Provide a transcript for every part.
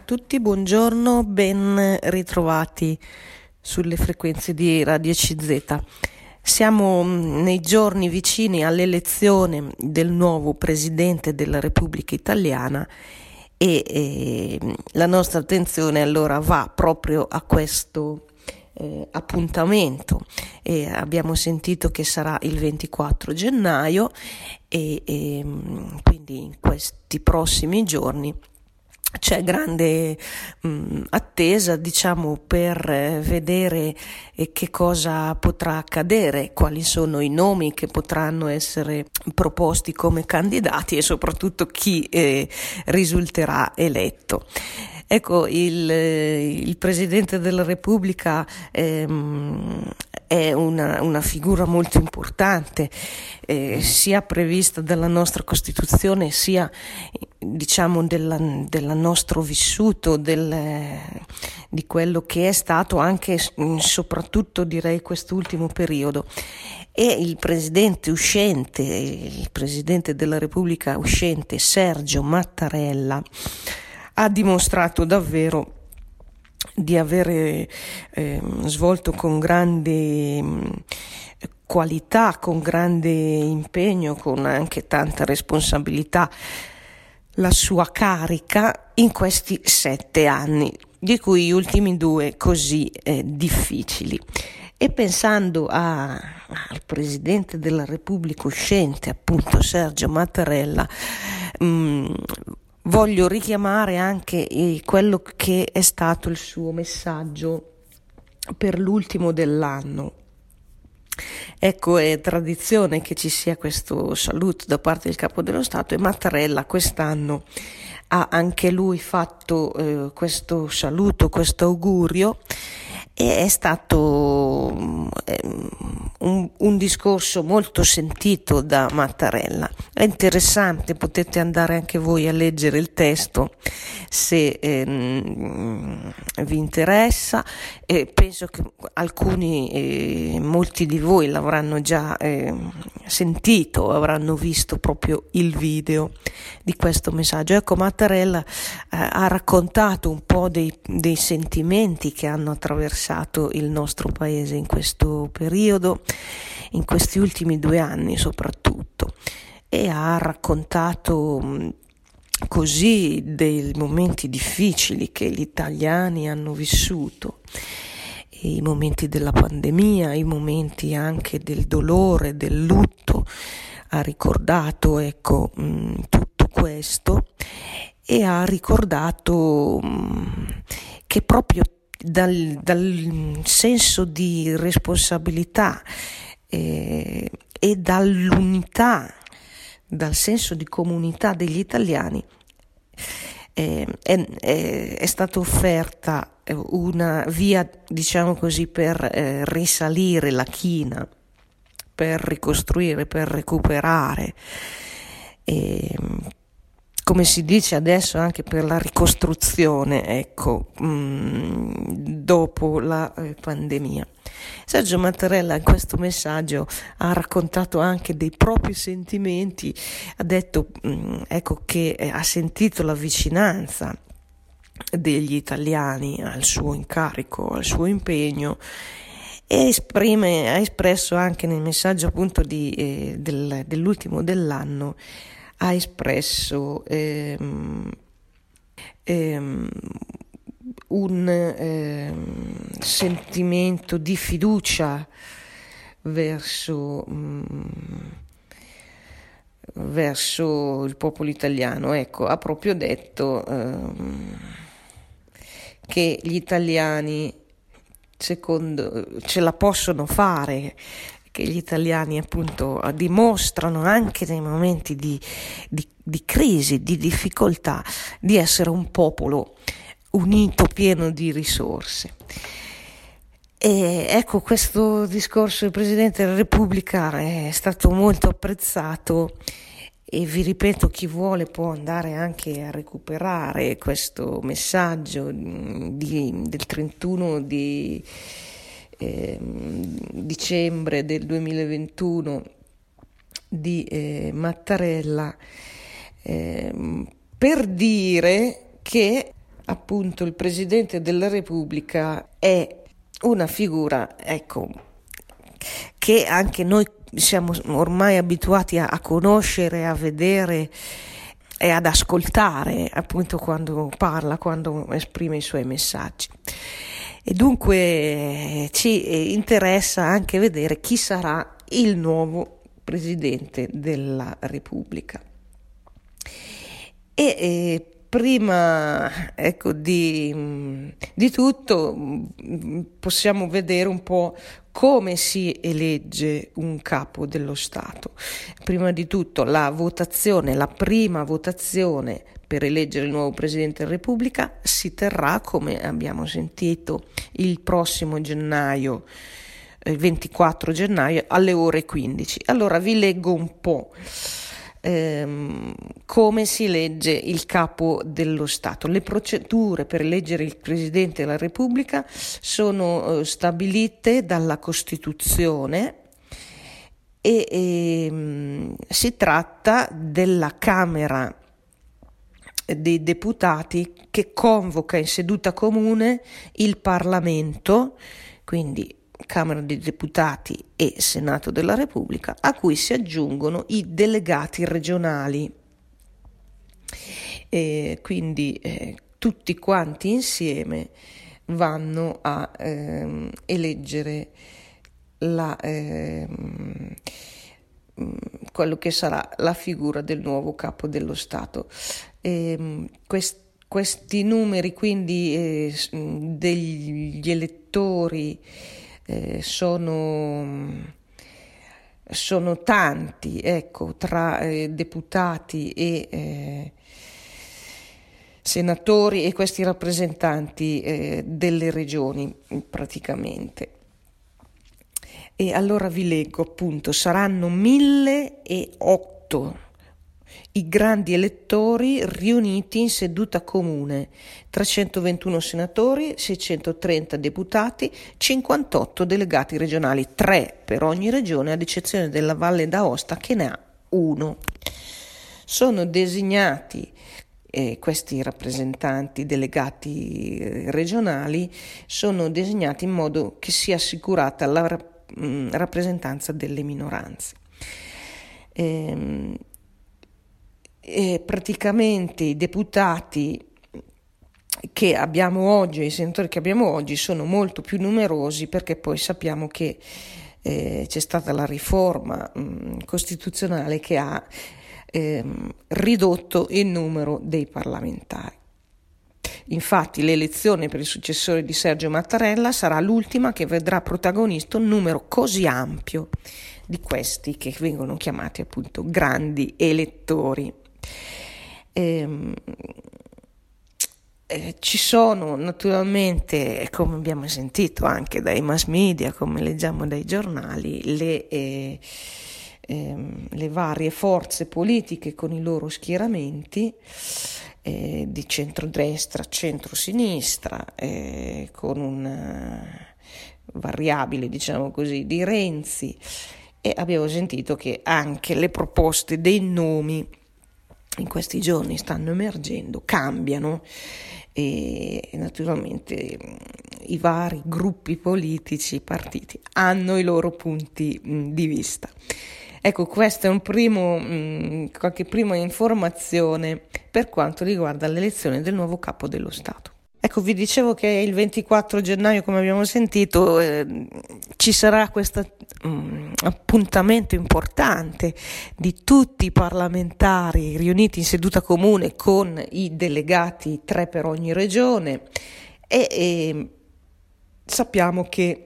tutti, buongiorno, ben ritrovati sulle frequenze di Radio CZ. Siamo nei giorni vicini all'elezione del nuovo Presidente della Repubblica Italiana e la nostra attenzione allora va proprio a questo appuntamento. Abbiamo sentito che sarà il 24 gennaio e quindi in questi prossimi giorni c'è grande attesa, diciamo, per vedere che cosa potrà accadere, quali sono i nomi che potranno essere proposti come candidati e soprattutto chi risulterà eletto. Ecco, il Presidente della Repubblica è una figura molto importante, sia prevista dalla nostra Costituzione, sia diciamo del nostro vissuto, di quello che è stato anche soprattutto direi quest'ultimo periodo. E il Presidente uscente, il Presidente della Repubblica uscente, Sergio Mattarella, ha dimostrato davvero di avere svolto con grande qualità, con grande impegno, con anche tanta responsabilità la sua carica in questi 7 anni, di cui gli ultimi 2 così difficili. E pensando al Presidente della Repubblica uscente, appunto Sergio Mattarella, voglio richiamare anche quello che è stato il suo messaggio per l'ultimo dell'anno. Ecco, è tradizione che ci sia questo saluto da parte del Capo dello Stato e Mattarella quest'anno ha anche lui fatto questo saluto, questo augurio, e è stato un discorso molto sentito da Mattarella. È interessante, potete andare anche voi a leggere il testo se vi interessa. Penso che molti di voi l'avranno già sentito, avranno visto proprio il video di questo messaggio. Ecco, Mattarella ha raccontato un po' dei sentimenti che hanno attraversato il nostro paese in questo periodo, in questi ultimi 2 anni soprattutto, e ha raccontato così dei momenti difficili che gli italiani hanno vissuto, i momenti della pandemia, i momenti anche del dolore, del lutto. Ha ricordato tutto questo e ha ricordato che proprio dal senso di responsabilità e dall'unità, dal senso di comunità degli italiani è stata offerta una via, diciamo così, per risalire la china, per ricostruire, per recuperare, come si dice adesso, anche per la ricostruzione, dopo la pandemia. Sergio Mattarella in questo messaggio ha raccontato anche dei propri sentimenti, ha detto che ha sentito la vicinanza degli italiani al suo incarico, al suo impegno, e ha espresso anche nel messaggio appunto dell'ultimo dell'anno, ha espresso un sentimento di fiducia verso il popolo italiano. Ecco, ha proprio detto che gli italiani ce la possono fare, che gli italiani appunto dimostrano anche nei momenti di crisi, di difficoltà, di essere un popolo unito, pieno di risorse. E ecco, questo discorso del Presidente della Repubblica è stato molto apprezzato e vi ripeto, chi vuole può andare anche a recuperare questo messaggio del 31 di dicembre del 2021 di Mattarella, per dire che appunto il Presidente della Repubblica è una figura, ecco, che anche noi siamo ormai abituati a conoscere, a vedere e ad ascoltare, appunto, quando parla, quando esprime i suoi messaggi. E dunque ci interessa anche vedere chi sarà il nuovo Presidente della Repubblica. Prima, ecco, di tutto possiamo vedere un po' come si elegge un capo dello Stato. Prima di tutto la prima votazione per eleggere il nuovo Presidente della Repubblica si terrà, come abbiamo sentito, il prossimo gennaio, il 24 gennaio alle ore 15. Allora vi leggo un po' come si elegge il capo dello Stato. Le procedure per eleggere il Presidente della Repubblica sono stabilite dalla Costituzione e si tratta della Camera dei Deputati che convoca in seduta comune il Parlamento, quindi Camera dei Deputati e Senato della Repubblica, a cui si aggiungono i delegati regionali. Quindi tutti quanti insieme vanno a eleggere quello che sarà la figura del nuovo capo dello Stato. Questi numeri quindi degli elettori sono tanti, ecco, tra deputati e senatori e questi rappresentanti delle regioni praticamente. E allora vi leggo, appunto, saranno 1008 i grandi elettori riuniti in seduta comune, 321 senatori, 630 deputati, 58 delegati regionali, 3 per ogni regione, ad eccezione della Valle d'Aosta che ne ha 1. Sono designati questi rappresentanti delegati regionali, sono designati in modo che sia assicurata la rappresentanza delle minoranze. E praticamente i deputati che abbiamo oggi, i senatori che abbiamo oggi sono molto più numerosi, perché poi sappiamo che c'è stata la riforma costituzionale che ha ridotto il numero dei parlamentari. Infatti l'elezione per il successore di Sergio Mattarella sarà l'ultima che vedrà protagonista un numero così ampio di questi che vengono chiamati appunto grandi elettori. Ci sono naturalmente, come abbiamo sentito anche dai mass media, come leggiamo dai giornali, le varie forze politiche con i loro schieramenti di centrodestra, centrosinistra, con un variabile, diciamo così, di Renzi, e abbiamo sentito che anche le proposte dei nomi in questi giorni stanno emergendo, cambiano, e naturalmente i vari gruppi politici, partiti hanno i loro punti di vista. Ecco, questa è qualche prima informazione per quanto riguarda l'elezione del nuovo capo dello Stato. Ecco, vi dicevo che il 24 gennaio, come abbiamo sentito, ci sarà questo appuntamento importante di tutti i parlamentari riuniti in seduta comune con i delegati, 3 per ogni regione, e sappiamo che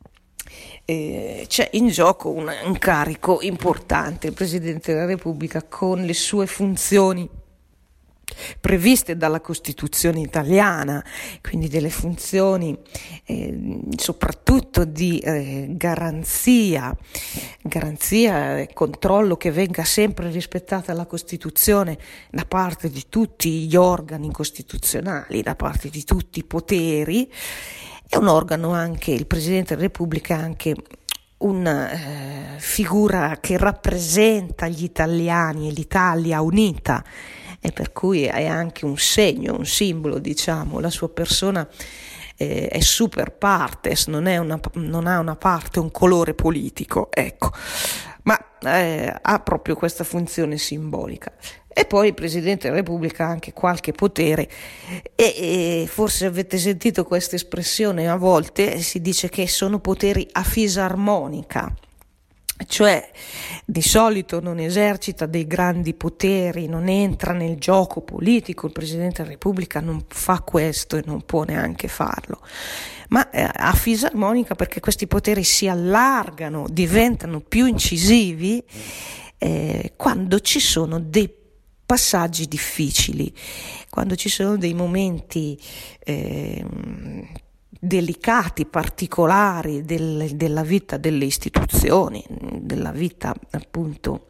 c'è in gioco un incarico importante. Il Presidente della Repubblica, con le sue funzioni previste dalla Costituzione italiana, quindi delle funzioni soprattutto di garanzia e controllo che venga sempre rispettata la Costituzione da parte di tutti gli organi costituzionali, da parte di tutti i poteri. È un organo anche, il Presidente della Repubblica, anche una figura che rappresenta gli italiani e l'Italia unita e per cui è anche un segno, un simbolo, diciamo. La sua persona è super partes, non ha una parte, un colore politico, ecco, ma ha proprio questa funzione simbolica. E poi il Presidente della Repubblica ha anche qualche potere e forse avete sentito questa espressione, a volte si dice che sono poteri a fisarmonica, cioè di solito non esercita dei grandi poteri, non entra nel gioco politico. Il Presidente della Repubblica non fa questo e non può neanche farlo, ma a fisarmonica, perché questi poteri si allargano, diventano più incisivi quando ci sono dei passaggi difficili, quando ci sono dei momenti delicati, particolari della vita delle istituzioni, della vita appunto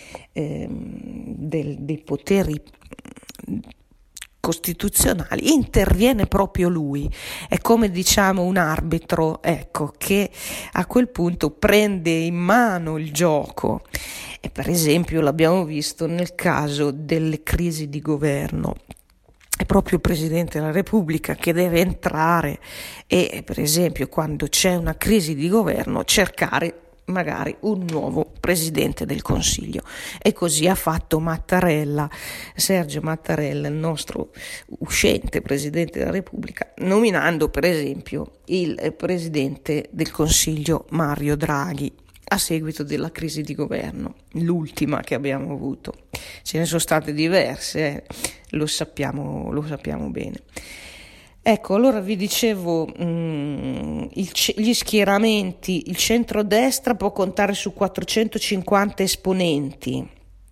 dei poteri costituzionali, interviene proprio lui. È come, diciamo, un arbitro, ecco, che a quel punto prende in mano il gioco. E per esempio l'abbiamo visto nel caso delle crisi di governo. È proprio il Presidente della Repubblica che deve entrare e, per esempio, quando c'è una crisi di governo, cercare magari un nuovo Presidente del Consiglio. E così ha fatto Mattarella, Sergio Mattarella, il nostro uscente Presidente della Repubblica, nominando per esempio il Presidente del Consiglio Mario Draghi a seguito della crisi di governo, l'ultima che abbiamo avuto. Ce ne sono state diverse, lo sappiamo bene. Ecco, allora vi dicevo, gli schieramenti, il centrodestra può contare su 450 esponenti.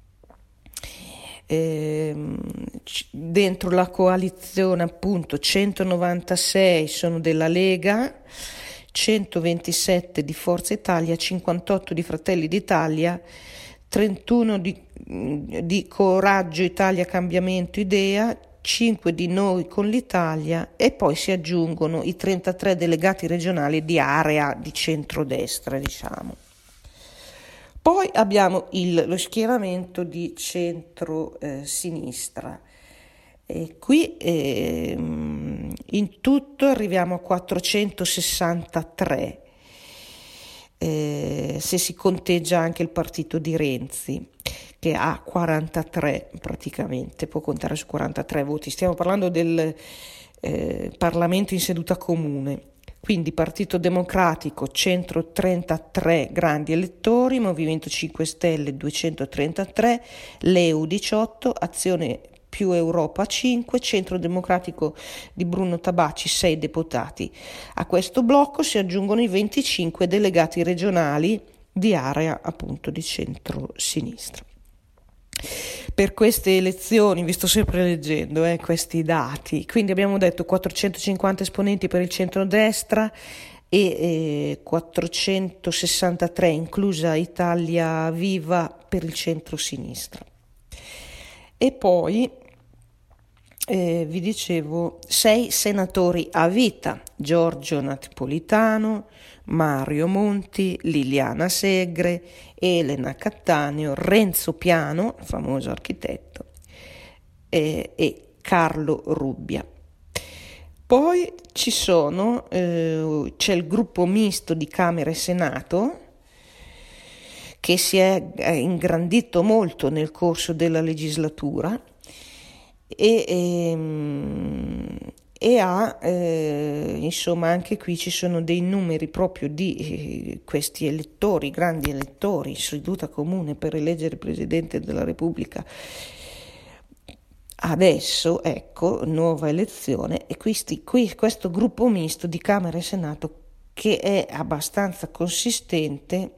Dentro la coalizione appunto 196 sono della Lega, 127 di Forza Italia, 58 di Fratelli d'Italia, 31 di Coraggio Italia Cambiamento Idea, 5 di Noi con l'Italia e poi si aggiungono i 33 delegati regionali di area di centrodestra, diciamo. Poi abbiamo lo schieramento di centro-sinistra. E qui in tutto arriviamo a 463, se si conteggia anche il partito di Renzi, che ha 43 praticamente, può contare su 43 voti. Stiamo parlando del Parlamento in seduta comune. Quindi Partito Democratico 133 grandi elettori, Movimento 5 Stelle 233, Leu 18, Azione più Europa 5, Centro Democratico di Bruno Tabacci 6 deputati. A questo blocco si aggiungono i 25 delegati regionali di area appunto di centro-sinistra. Per queste elezioni, vi sto sempre leggendo questi dati, quindi abbiamo detto 450 esponenti per il centrodestra e 463 inclusa Italia Viva per il centrosinistra. E poi vi dicevo 6 senatori a vita: Giorgio Napolitano, Mario Monti, Liliana Segre, Elena Cattaneo, Renzo Piano, famoso architetto, e Carlo Rubbia. Poi c'è il gruppo misto di Camera e Senato, che si è ingrandito molto nel corso della legislatura e ha, insomma, anche qui ci sono dei numeri proprio di questi elettori, grandi elettori, seduta comune per eleggere il Presidente della Repubblica. Adesso, ecco, nuova elezione, e questo gruppo misto di Camera e Senato, che è abbastanza consistente,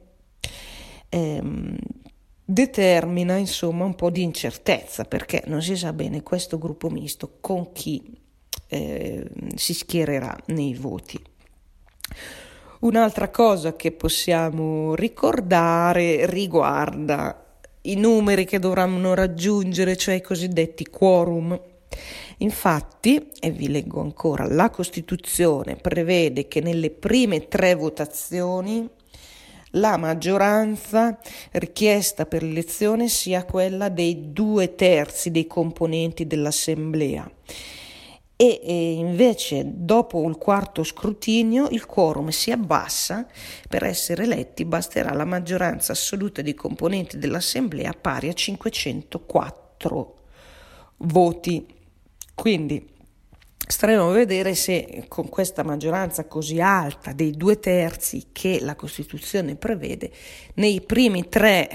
determina insomma un po' di incertezza, perché non si sa bene questo gruppo misto con chi si schiererà nei voti. Un'altra cosa che possiamo ricordare riguarda i numeri che dovranno raggiungere, cioè i cosiddetti quorum. Infatti, e vi leggo ancora, la Costituzione prevede che nelle prime 3 votazioni la maggioranza richiesta per l'elezione sia quella dei 2/3 dei componenti dell'Assemblea. E invece dopo il quarto scrutinio il quorum si abbassa. Per essere eletti basterà la maggioranza assoluta dei componenti dell'Assemblea pari a 504 voti. Quindi staremo a vedere se con questa maggioranza così alta dei 2/3 che la Costituzione prevede, nelle prime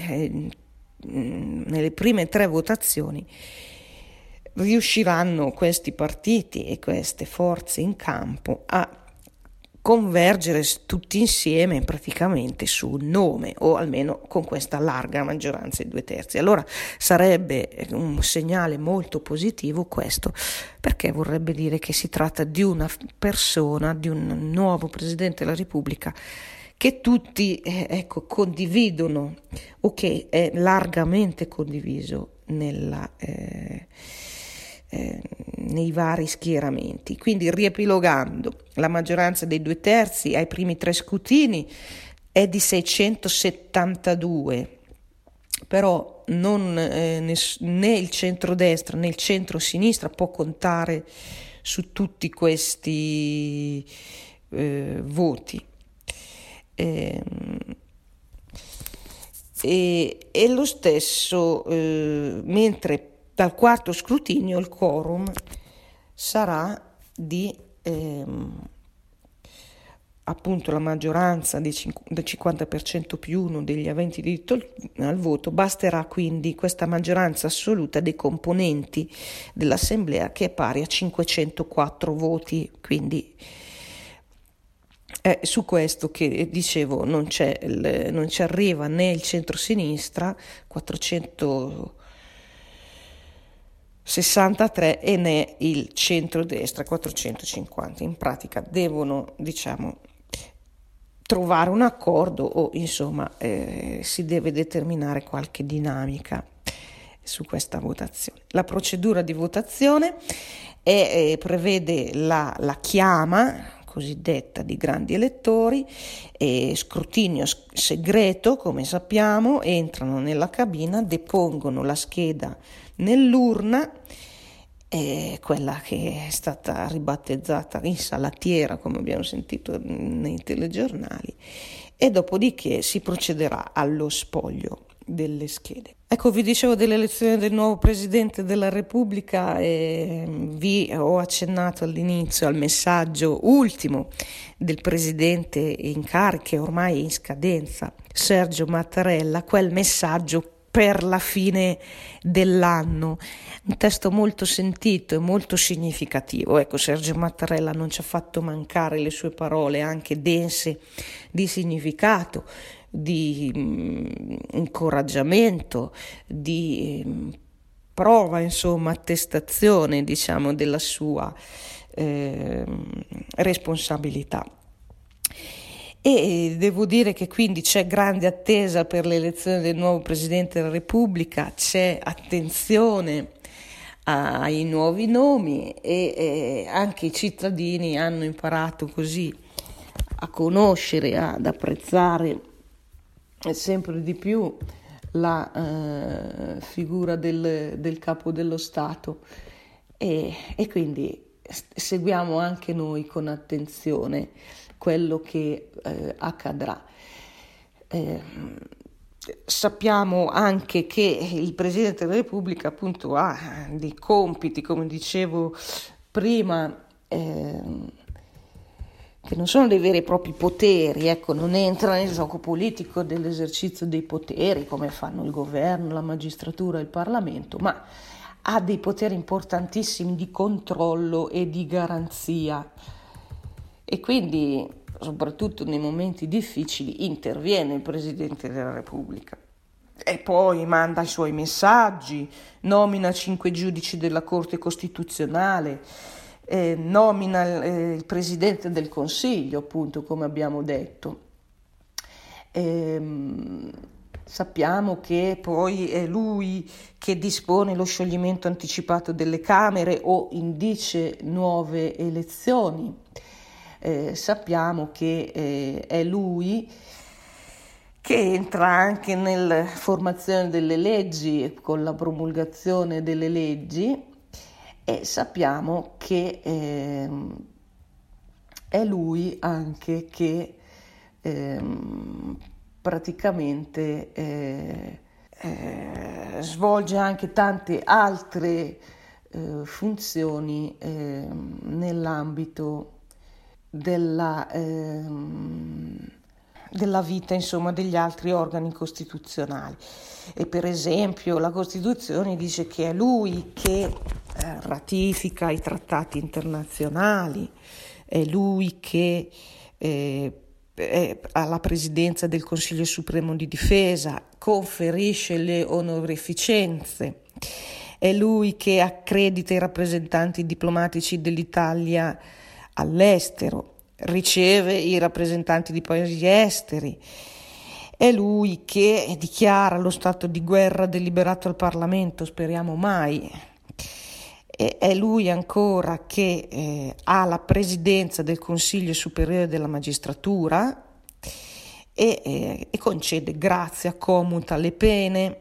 tre votazioni riusciranno questi partiti e queste forze in campo a convergere tutti insieme praticamente su un nome, o almeno con questa larga maggioranza di 2/3. Allora sarebbe un segnale molto positivo questo, perché vorrebbe dire che si tratta di una persona, di un nuovo Presidente della Repubblica che tutti condividono, o che è largamente condiviso nei vari schieramenti. Quindi, riepilogando, la maggioranza dei 2/3 ai primi 3 scrutini è di 672, però né il centrodestra né il centrosinistra può contare su tutti questi voti. E lo stesso, mentre dal quarto scrutinio il quorum sarà di appunto la maggioranza del 50% più uno degli aventi diritto al voto. Basterà quindi questa maggioranza assoluta dei componenti dell'Assemblea, che è pari a 504 voti. Quindi è su questo che dicevo non ci arriva né il centro-sinistra 463 e né il centrodestra 450. In pratica devono, trovare un accordo, o insomma si deve determinare qualche dinamica su questa votazione. La procedura di votazione prevede la chiama cosiddetta di grandi elettori, scrutinio segreto, come sappiamo. Entrano nella cabina, depongono la scheda nell'urna, quella che è stata ribattezzata insalatiera, come abbiamo sentito nei telegiornali, e dopodiché si procederà allo spoglio delle schede. Ecco, vi dicevo dell'elezione del nuovo Presidente della Repubblica, e vi ho accennato all'inizio al messaggio ultimo del Presidente in carica, ormai in scadenza, Sergio Mattarella, quel messaggio per la fine dell'anno, un testo molto sentito e molto significativo. Ecco, Sergio Mattarella non ci ha fatto mancare le sue parole, anche dense di significato, di incoraggiamento, di prova, insomma, attestazione, della sua responsabilità. E devo dire che quindi c'è grande attesa per l'elezione del nuovo Presidente della Repubblica, c'è attenzione ai nuovi nomi, e anche i cittadini hanno imparato così a conoscere, ad apprezzare sempre di più la figura del capo dello Stato, e quindi seguiamo anche noi con attenzione quello che accadrà. Sappiamo anche che il Presidente della Repubblica appunto ha dei compiti, come dicevo prima, che non sono dei veri e propri poteri, non entra nel gioco politico dell'esercizio dei poteri come fanno il governo, la magistratura e il Parlamento, ma ha dei poteri importantissimi di controllo e di garanzia, e quindi soprattutto nei momenti difficili interviene il Presidente della Repubblica e poi manda i suoi messaggi, nomina 5 giudici della Corte Costituzionale, nomina il Presidente del Consiglio, appunto, come abbiamo detto. Sappiamo che poi è lui che dispone lo scioglimento anticipato delle Camere o indice nuove elezioni. Sappiamo che è lui che entra anche nella formazione delle leggi, con la promulgazione delle leggi, e sappiamo che è lui anche che praticamente svolge anche tante altre funzioni nell'ambito della vita, insomma, degli altri organi costituzionali. E per esempio la Costituzione dice che è lui che ratifica i trattati internazionali, è lui che ha la presidenza del Consiglio Supremo di Difesa, conferisce le onorificenze, è lui che accredita i rappresentanti diplomatici dell'Italia all'estero, riceve i rappresentanti di paesi esteri, è lui che dichiara lo stato di guerra deliberato al Parlamento, speriamo mai, è lui ancora che ha la presidenza del Consiglio Superiore della Magistratura e concede grazia, commuta le pene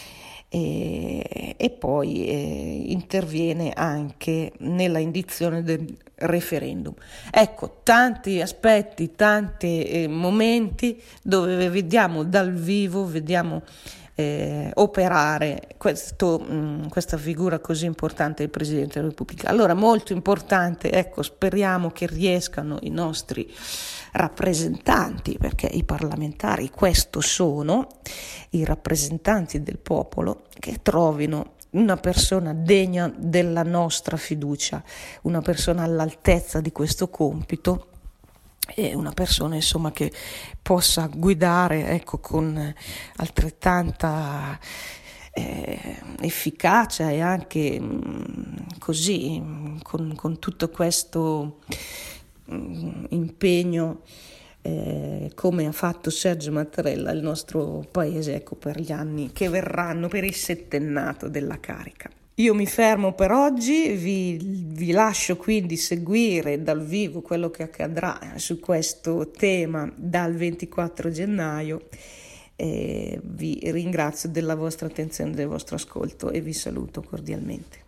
e poi interviene anche nella indizione del referendum. Ecco, tanti aspetti, tanti momenti dove vediamo dal vivo, vediamo operare questa figura così importante del Presidente della Repubblica. Allora, molto importante, ecco, speriamo che riescano i nostri rappresentanti, perché i parlamentari questo sono, i rappresentanti del popolo, che trovino una persona degna della nostra fiducia, una persona all'altezza di questo compito, e una persona, insomma, che possa guidare, ecco, con altrettanta efficacia e anche così, con tutto questo impegno, come ha fatto Sergio Mattarella, il nostro paese, ecco, per gli anni che verranno, per il settennato della carica. Io mi fermo per oggi, vi lascio quindi seguire dal vivo quello che accadrà su questo tema dal 24 gennaio. Vi ringrazio della vostra attenzione, del vostro ascolto e vi saluto cordialmente.